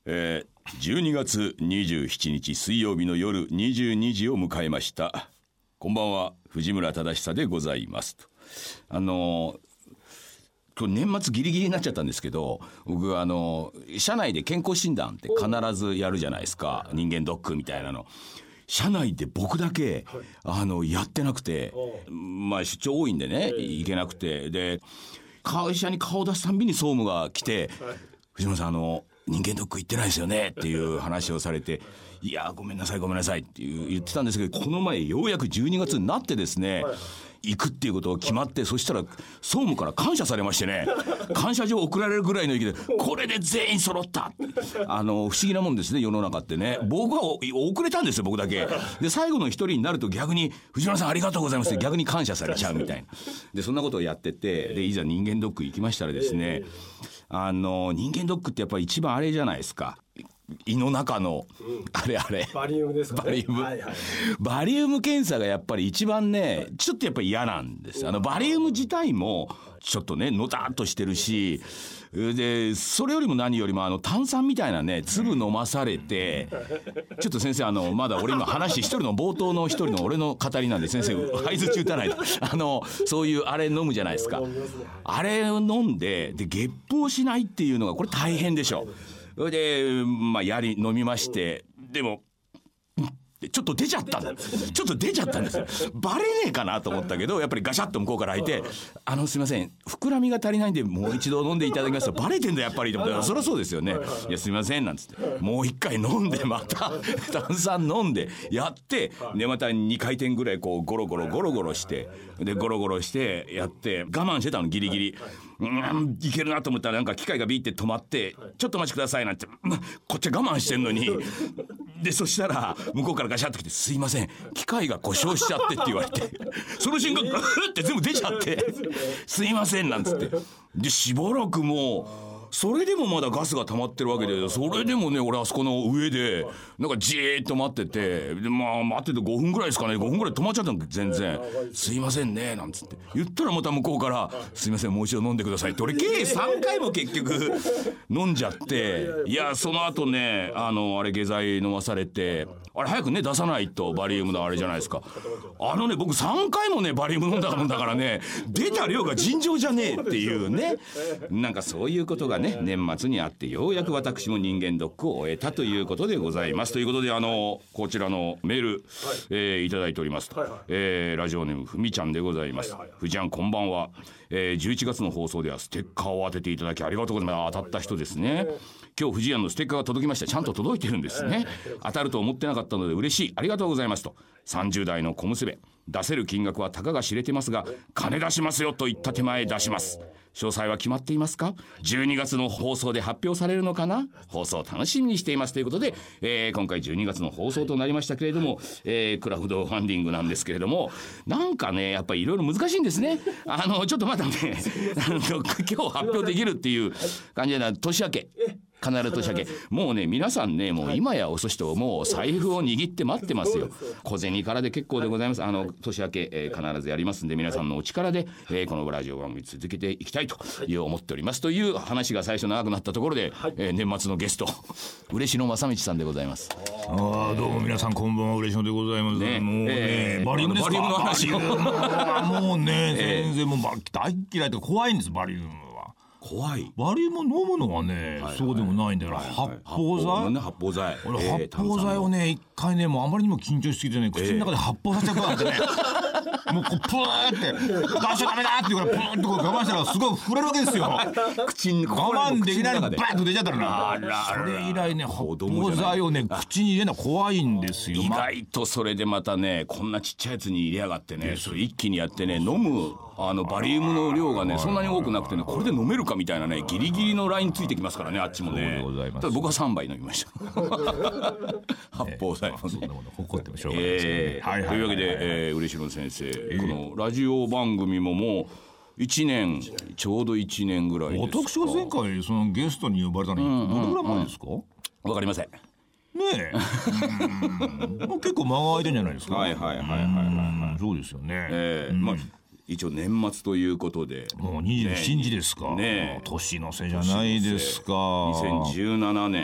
12月27日水曜日の夜22時を迎えました。こんばんは、藤村忠久でございますと。年末ギリギリになっちゃったんですけど、僕社内で健康診断って必ずやるじゃないですか。人間ドックみたいなの。社内で僕だけやってなくて、出張多いんでね行けなくて、で会社に顔出すたんびに総務が来て、藤村さん人間ドック行ってないですよねっていう話をされて、いやごめんなさいって言ってたんですけど、この前ようやく12月になってですね、行くっていうことが決まって、そしたら総務から感謝されましてね、感謝状送られるぐらいの意気で、これで全員揃った。不思議なもんですね、世の中ってね。僕は遅れたんですよ、僕だけで。最後の一人になると逆に藤村さんありがとうございますって逆に感謝されちゃうみたいな。でそんなことをやってて、でいざ人間ドック行きましたらですね、人間ドックってやっぱり一番あれじゃないですか、胃の中のあれバリウムですかね。 バリウム検査がやっぱり一番ね、ちょっとやっぱり嫌なんです。バリウム自体もちょっとねのたっとしてるし、でそれよりも何よりも炭酸みたいなね粒飲まされて、ちょっと先生まだ俺今話一人の冒頭の一人の俺の語りなんで、先生相槌打たないとそういうあれ飲むじゃないですか。あれを飲んでゲップをしないっていうのがこれ大変でしょ。それで飲みまして、でもちょっと出ちゃったんですよ。バレねえかなと思ったけど、やっぱりガシャッと向こうから開いて、すいません膨らみが足りないんでもう一度飲んでいただきますと。バレてんだやっぱりと思ったら、そりゃそうですよね。いやすいませんなんつって、もう一回飲んで、また炭酸飲んでやって、でまた2回転ぐらいこうゴロゴロして、でゴロゴロしてやって我慢してたのギリギリ。いけるなと思ったらなんか機械がビーって止まって、ちょっとお待ちくださいなんて、こっちは我慢してんのに、でそしたら向こうからガシャッと来て、すいません機械が故障しちゃってって言われて、その瞬間グーって全部出ちゃって、すいませんなんつって、でしばらくもうそれでもまだガスが溜まってるわけで、それでもね俺あそこの上でなんかじーっと待ってて、で待ってて5分ぐらいですかね、5分ぐらい止まっちゃったの。全然すいませんねなんつって言ったら、また向こうからすいませんもう一度飲んでくださいって、俺計3回も結局飲んじゃって、いやその後ねあれ下剤飲まされて、あれ早くね出さないと、バリウムのあれじゃないですか。僕3回もねバリウム飲んだもんだからね、出た量が尋常じゃねえっていうね、なんかそういうことがね年末にあって、ようやく私も人間ドックを終えたということでございます。ということでこちらのメール、いただいております、ラジオネームふみちゃんでございます。ふちゃんこんばんは。11月の放送ではステッカーを当てていただきありがとうございます。当たった人ですね。今日藤谷のステッカーが届きました。ちゃんと届いてるんですね。当たると思ってなかったので嬉しい、ありがとうございますと。30代の小娘、出せる金額はたかが知れてますが金出しますよと言った手前出します。詳細は決まっていますか。12月の放送で発表されるのかな。放送楽しみにしていますということで、今回12月の放送となりましたけれども、クラウドファンディングなんですけれども、なんかねやっぱりいろいろ難しいんですね。ちょっとまだね今日発表できるっていう感じで、年明け必ず年明け、もうね皆さんねもう今や遅しともう財布を握って待ってますよ。小銭からで結構でございます。年明け、必ずやりますんで、皆さんのお力で、このラジオ番組続けていきたいと思っておりますという話が最初長くなったところで、年末のゲスト嬉野正道さんでございます。 どうも皆さんこんばんは、嬉野でございます。ね、もうね、バリウムですか。バリウムの話もうね全然もう大嫌いと怖いんです。バリウム怖い。 バリウム飲むのはね、そうでもないんだよ。発泡剤。俺発泡剤をね一回ねもうあまりにも緊張しすぎてね、口の中で発泡させちゃったんでねもうこうプーって出しちゃダメだって言うからプーってこう我慢したらすごい膨れるわけですよ。口に我慢できないのにバーッと出ちゃったらな。それ以来ね発泡剤をね口に入れるのは怖いんですよ。 意外とそれでまたねこんなちっちゃいやつに入れやがってね、それ一気にやってね飲むバリウムの量がねそんなに多くなくてね、これで飲めるかみたいなねギリギリのラインついてきますからね、あっちもね。ただ僕は3杯飲みました発泡剤もね。 そんなもの誇ってもしょうがないですね。 というわけで、嬉野先生、このラジオ番組ももう1年ちょうど1年ぐらいですか。 私が前回そのゲストに呼ばれたのにどれぐらい前ですか。 わかりませんねえ結構間が空いてんじゃないですか。 はいそうですよね。 一応年末ということでもう27日ですか。ね、年の瀬じゃないですか。 2017年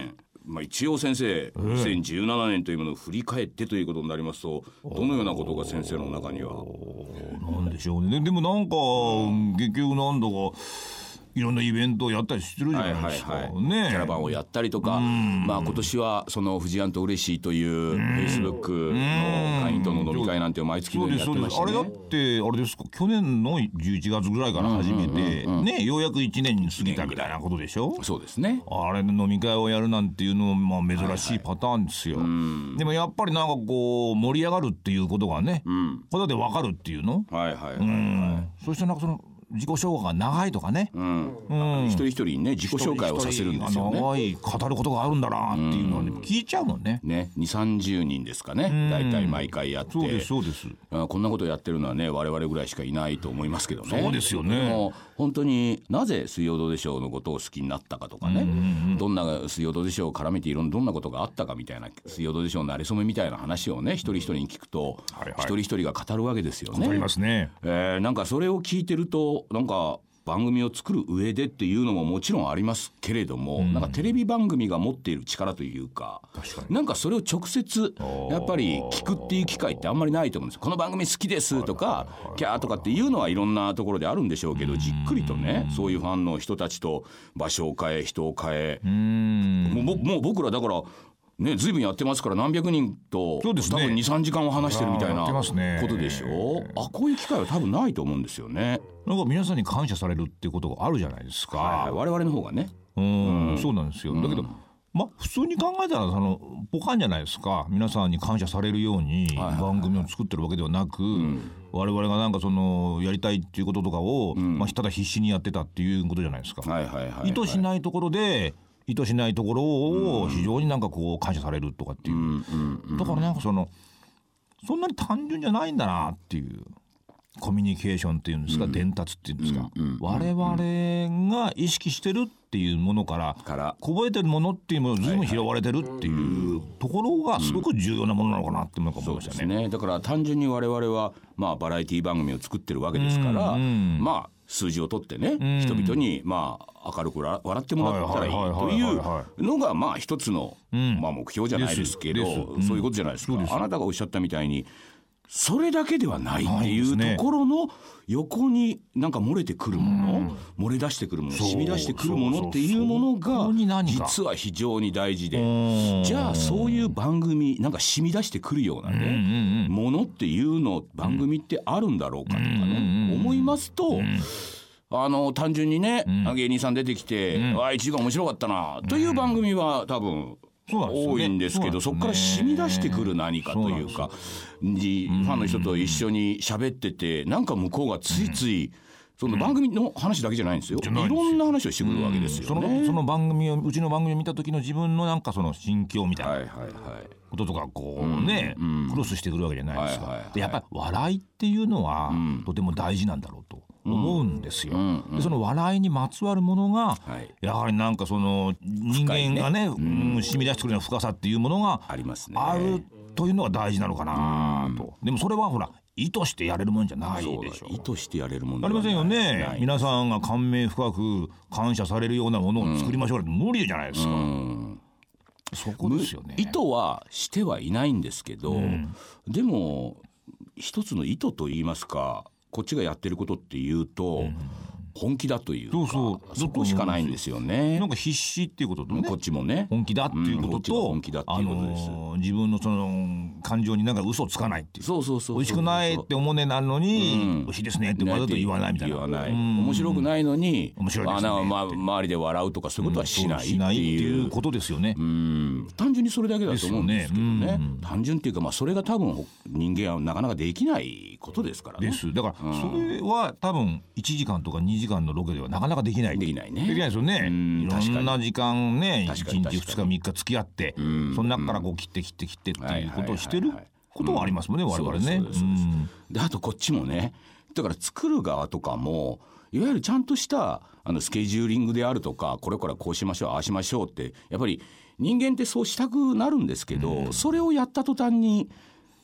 一応先生、2017年というものを振り返ってということになりますと、どのようなことが先生の中には。 なんでしょうね。でもなんか、結局なんだかいろんなイベントをやったりしてるじゃないですか、ね、 キャラバンをやったりとか、今年はその富士庵と嬉しいというフェイスブックの会員との飲み会なんて毎月のようにやってましたね。 あれだってあれですか、去年の11月ぐらいから始めて、ようやく1年に過ぎたみたいなことでしょ。 そうですね。 あれで飲み会をやるなんていうのも珍しいパターンですよ、でもやっぱりなんかこう盛り上がるっていうことがね、これで分かるっていうの、そしてなんかその自己紹介が長いとかね、 一人一人にね自己紹介をさせるんですよね。 長い語ることがあるんだなっていうのはね、聞いちゃうもんね。 2、30人ですかね、だいたい毎回やって。 そうです。 こんなことやってるのはね我々ぐらいしかいないと思いますけどね。 そうですよね。 でも本当になぜ水曜どうでしょうのことを好きになったかとかね、どんな水曜どうでしょうを絡めてどんなことがあったかみたいな、水曜どうでしょうの馴れ初めみたいな話をね一人一人に聞くと、一人一人が語るわけですよね。 語りますね。 なんかそれを聞いてるとなんか番組を作る上でっていうのももちろんありますけれども、なんかテレビ番組が持っている力というか、なんかそれを直接やっぱり聞くっていう機会ってあんまりないと思うんですよ。この番組好きですとかキャーとかっていうのはいろんなところであるんでしょうけど、じっくりとねそういうファンの人たちと場所を変え人を変え、もう僕らだからね、随分やってますから何百人と、多分 2,3 時間を話してるみたいなことでしょ。こういう機会は多分ないと思うんですよね。 なんか皆さんに感謝されるっていうことがあるじゃないですか、 我々の方がね。 そうなんですよ。だけど普通に考えたらポカンじゃないですか。皆さんに感謝されるように番組を作ってるわけではなく、我々がなんかやりたいっていうこととかを、ただ必死にやってたっていうことじゃないですか。意図しないところで意図しないところを非常になんかこう感謝されるとかっていう、だからなんかそんなに単純じゃないんだなっていう、コミュニケーションっていうんですか、伝達っていうんですか、我々が意識してるっていうものからこぼれてるものっていうものを随分拾われてるっていうところがすごく重要なものなのかなって思いましたね。 そうですね。だから単純に我々はバラエティ番組を作ってるわけですから、数字を取ってね、人々に明るく笑ってもらったらいいというのが一つの目標じゃないですけど、そういうことじゃないですか。あなたがおっしゃったみたいにそれだけではないっていうところの横になんか漏れてくるもの、漏れ出してくるもの、染み出してくるものっていうものが実は非常に大事で、じゃあそういう番組なんか染み出してくるようなねものっていうの番組ってあるんだろうかとかね思いますと、単純にね芸人さん出てきて1時間面白かったなという番組は多分多いんですけど、そこから染み出してくる何かというか、ファンの人と一緒に喋っててなんか向こうがついついその番組の話だけじゃないんですよ、いろんな話をしてくるわけですよね。 その番組をうちの番組を見た時の自分のなんかその心境みたいなこととかこうねクロスしてくるわけじゃないですか。でやっぱり笑いっていうのはとても大事なんだろうと思うんですよ。でその笑いにまつわるものがやはりなんかその人間がね染み出してくるような深さっていうものがあるというのが大事なのかなと。でもそれはほら意図してやれるもんじゃないでしょ。 意図してやれるもんじゃありませんよね。皆さんが感銘深く感謝されるようなものを作りましょうって無理じゃないですか。そこですよね。 意図はしてはいないんですけど、でも一つの意図といいますか、こっちがやってることっていうと、本気だというか、そこしかないんですよね。 なんか必死っていうこととね、 こっちもね本気だっていうことと、 本気だっていうことです。 自分のその感情になんか嘘つかないっていう、 美味しくないって思うねなるのに、美味しいですねってわざと言わないみたいな、 面白くないのに面白いですね周りで笑うとかそういうことはしないっていうことですよね。 単純にそれだけだと思うんですけどね。単純っていうかそれが多分人間はなかなかできないことですからね。 だからそれは多分1時間とか2時間のロケではなかなかできないね。 できないですよね。いろんな時間ね、1日2日3日付き合って、その中からこう切ってっていうことをしてることはありますもんね、我々ね。 であとこっちもね、だから作る側とかもいわゆるちゃんとしたスケジューリングであるとか、これからこうしましょうああしましょうってやっぱり人間ってそうしたくなるんですけど、それをやった途端に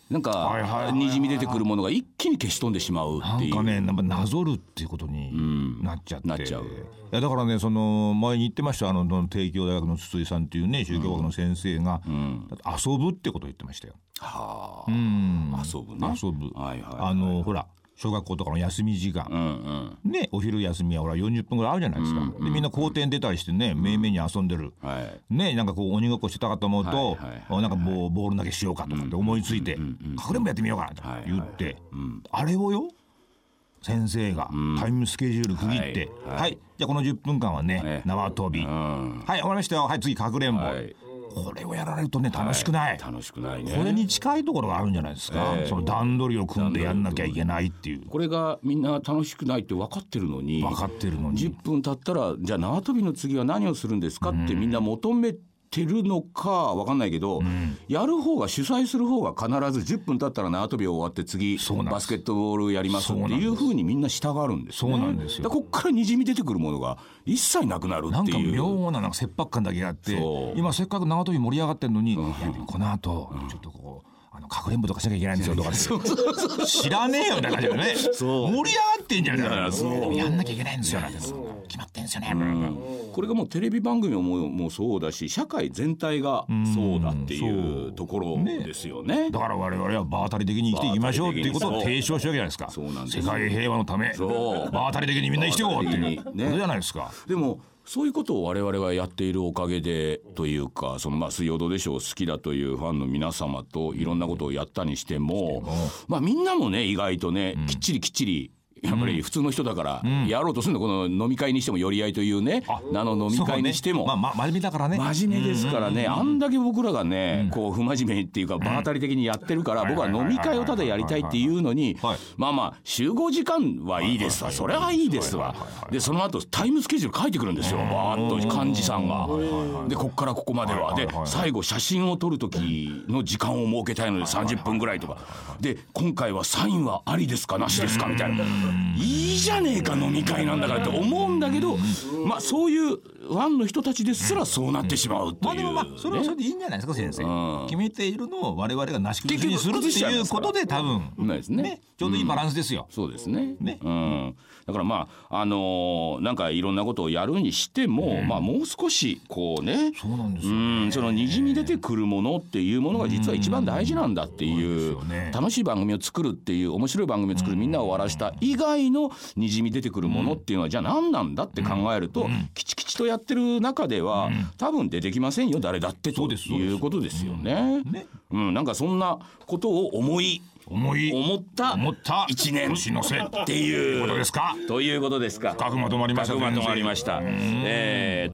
なんかにじみ出てくるものが一気に消し飛んでしまうっていう。 なんかね、なぞるっていうことになっちゃって、 なっちゃう。 いやだからね、その前に言ってました、帝京大学の筒井さんっていうね宗教学の先生が、遊ぶってことを言ってましたよ。 はあ、遊ぶね。 遊ぶ、ほら小学校とかの休み時間、ね、お昼休みはほら40分ぐらいあるじゃないですか、でみんな校庭に出たりしてね、めいめいに遊んでる、ね、なんかこう鬼ごっこしてたかと思うと、なんかボール投げしようかとかって思いついて、かくれんぼやってみようかなと言って、あれをよ先生がタイムスケジュール区切って、はいじゃあこの10分間はね縄跳び、はい終わりましたよ、はい次かくれんぼ、これをやられるとね楽しくない、 楽しくないね。 これに近いところがあるんじゃないですか、その段取りを組んでやんなきゃいけないっていう。 これがみんな楽しくないって分かってるのに10分経ったらじゃあ縄跳びの次は何をするんですかってみんな求めてるのか分かんないけど、やる方が主催する方が必ず10分経ったら縄跳び終わって次バスケットボールやりますっていう風にみんな従うんですね。 そうなんですよ。 こっからにじみ出てくるものが一切なくなるっていう、 なんか妙な切迫感だけあって、今せっかく縄跳び盛り上がってるのに、この後ちょっとこうかくれんぼとかしなきゃいけないんですよとか知らねえよみたいな感じでね、盛り上がってんじゃん、やんなきゃいけないんですよなんて決まってんですよね、 これがもうテレビ番組もそうだし社会全体がそうだっていうところですよね。 だから我々は場当たり的に生きていきましょうっていうことを提唱してるわけじゃないですか。世界平和のため場当たり的にみんな生きていこうっていうことじゃないですか。 でもそういうことを我々はやっているおかげでというか、その水曜どうでしょう好きだというファンの皆様といろんなことをやったにしても、みんなもね意外とねきっちりやっぱり普通の人だからやろうとするの、この飲み会にしても寄り合いというね名の飲み会にしても、 真面目だからね、 真面目ですからね、あんだけ僕らがねこう不真面目っていうか場当たり的にやってるから、僕は飲み会をただやりたいっていうのに、集合時間はいいですわ、それはいいですわ。でその後タイムスケジュール書いてくるんですよ、バーッと幹事さんが。でこっからここまではで、最後写真を撮る時の時間を設けたいので30分ぐらいとかで、今回はサインはありですかなしですかみたいな、いいじゃねえか飲み会なんだからって思うんだけど、そういうファンの人たちですらそうなってしまうという、 でもそれはそれでいいんじゃないですか先生、決めているのを我々がなし崩しにするっていうことで多分ねちょうどいいバランスですよ。 そうですね。だからなんかいろんなことをやるにしても、もう少しこうね、 そうなんですよね、 そのにじみ出てくるものっていうものが実は一番大事なんだっていう、楽しい番組を作るっていう、面白い番組を作る、みんなを笑わした以外のにじみ出てくるものっていうのはじゃあ何なんだって考えると、きちきちとやってる中では多分出てきませんよ誰だってということですよね。なんかそんなことを思った1年っていうことですか。ということですか。 深くまとまりました。